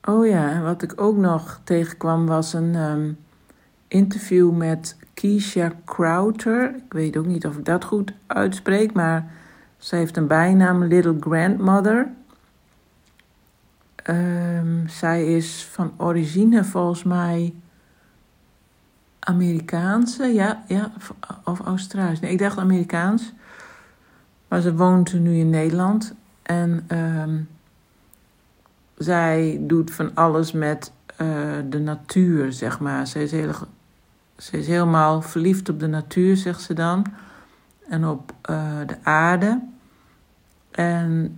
Oh ja, en wat ik ook nog tegenkwam was een interview met Keisha Crowther. Ik weet ook niet of ik dat goed uitspreek, maar ze heeft een bijnaam Little Grandmother. Zij is van origine volgens mij Amerikaanse, ja, of Australisch. Nee, ik dacht Amerikaans. Maar ze woont nu in Nederland. En zij doet van alles met de natuur, zeg maar. Ze is helemaal verliefd op de natuur, zegt ze dan. En op de aarde. En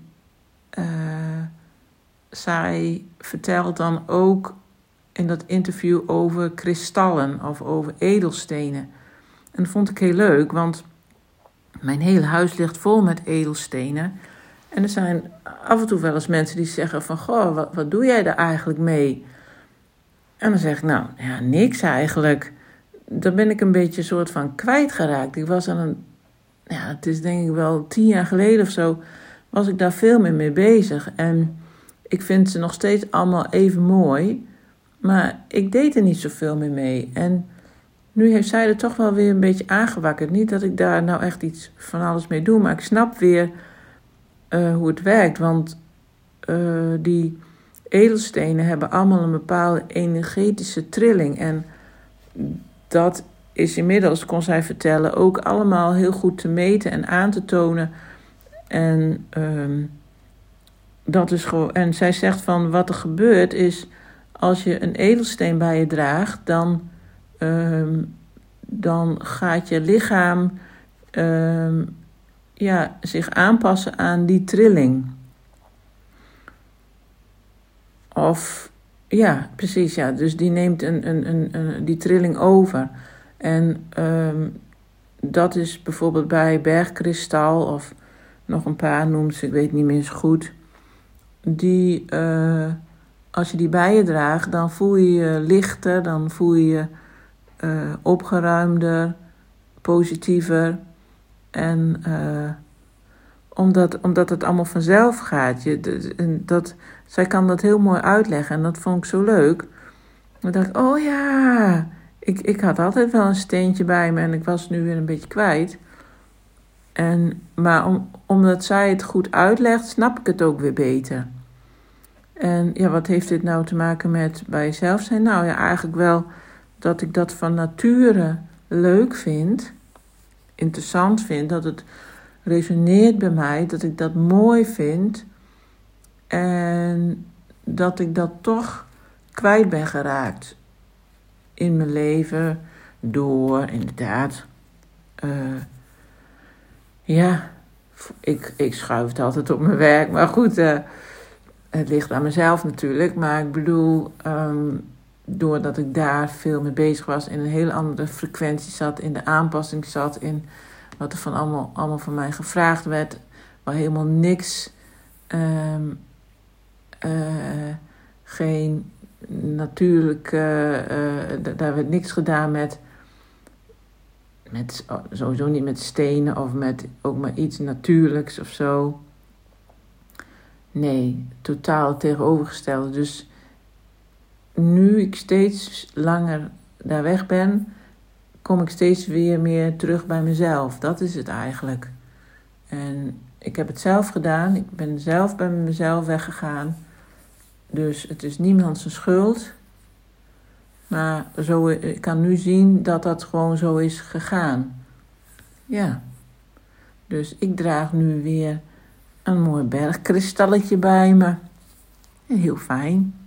zij vertelt dan ook in dat interview over kristallen of over edelstenen. En dat vond ik heel leuk, want mijn hele huis ligt vol met edelstenen. En er zijn af en toe wel eens mensen die zeggen van, goh, wat doe jij daar eigenlijk mee? En dan zeg ik, nou, ja, niks eigenlijk. Daar ben ik een beetje een soort van kwijtgeraakt. Ik was het is denk ik wel 10 jaar geleden of zo, was ik daar veel meer mee bezig. En ik vind ze nog steeds allemaal even mooi, maar ik deed er niet zoveel meer mee. En nu heeft zij er toch wel weer een beetje aangewakkerd. Niet dat ik daar nou echt iets van alles mee doe, maar ik snap weer hoe het werkt. Want die edelstenen hebben allemaal een bepaalde energetische trilling. En dat is inmiddels, kon zij vertellen, ook allemaal heel goed te meten en aan te tonen. En dat is gewoon. En zij zegt van, wat er gebeurt is, als je een edelsteen bij je draagt, dan gaat je lichaam zich aanpassen aan die trilling. Of, ja, precies, ja. Dus die neemt die trilling over. En dat is bijvoorbeeld bij bergkristal of nog een paar noemt ze, ik weet niet meer zo goed. Die, als je die bij je draagt, dan voel je je lichter, dan voel je je opgeruimder, positiever. En omdat het allemaal vanzelf gaat. Zij kan dat heel mooi uitleggen en dat vond ik zo leuk. Dan dacht ik, oh ja, ik had altijd wel een steentje bij me en ik was het nu weer een beetje kwijt. Maar omdat zij het goed uitlegt, snap ik het ook weer beter. En ja, wat heeft dit nou te maken met bij jezelf zijn? Nou ja, eigenlijk wel dat ik dat van nature leuk vind, interessant vind, dat het resoneert bij mij, dat ik dat mooi vind en dat ik dat toch kwijt ben geraakt in mijn leven door, inderdaad, ik schuif het altijd op mijn werk, maar goed, het ligt aan mezelf natuurlijk, maar ik bedoel, doordat ik daar veel mee bezig was, in een hele andere frequentie zat, in de aanpassing zat, in wat er van allemaal van mij gevraagd werd, waar helemaal niks, geen natuurlijk, daar werd niks gedaan met sowieso niet met stenen of met ook maar iets natuurlijks of zo. Nee, totaal tegenovergestelde. Dus nu ik steeds langer daar weg ben, kom ik steeds weer meer terug bij mezelf. Dat is het eigenlijk. En ik heb het zelf gedaan. Ik ben zelf bij mezelf weggegaan. Dus het is niemand zijn schuld. Maar ik kan nu zien dat dat gewoon zo is gegaan. Ja. Dus ik draag nu weer een mooi bergkristalletje bij me. Heel fijn.